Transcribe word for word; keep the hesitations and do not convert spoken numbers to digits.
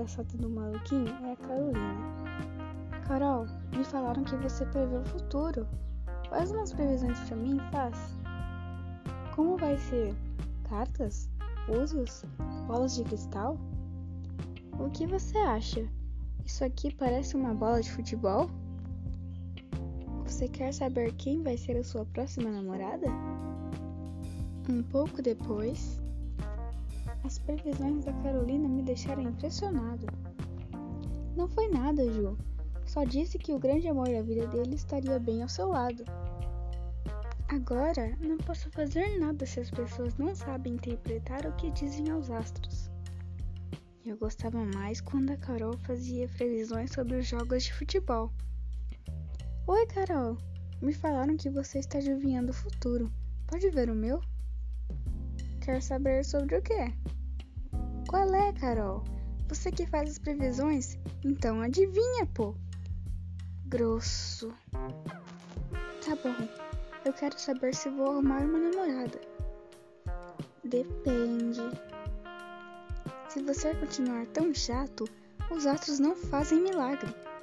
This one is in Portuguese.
engraçada do maluquinho é a Carolina. Carol, me falaram que você prevê o futuro. Faz umas previsões pra mim, faz. Como vai ser? Cartas? Búzios? Bolas de cristal? O que você acha? Isso aqui parece uma bola de futebol? Você quer saber quem vai ser a sua próxima namorada? Um pouco depois, as previsões da Carolina me deixaram impressionado. Não foi nada, Ju. Só disse que o grande amor da vida dele estaria bem ao seu lado. Agora, não posso fazer nada se as pessoas não sabem interpretar o que dizem aos astros. Eu gostava mais quando a Carol fazia previsões sobre os jogos de futebol. Oi, Carol. Me falaram que você está adivinhando o futuro. Pode ver o meu? Quer saber sobre o quê? Qual é, Carol? Você que faz as previsões? Então adivinha, pô. Grosso. Tá bom. Eu quero saber se vou arrumar uma namorada. Depende. Se você continuar tão chato, os astros não fazem milagre.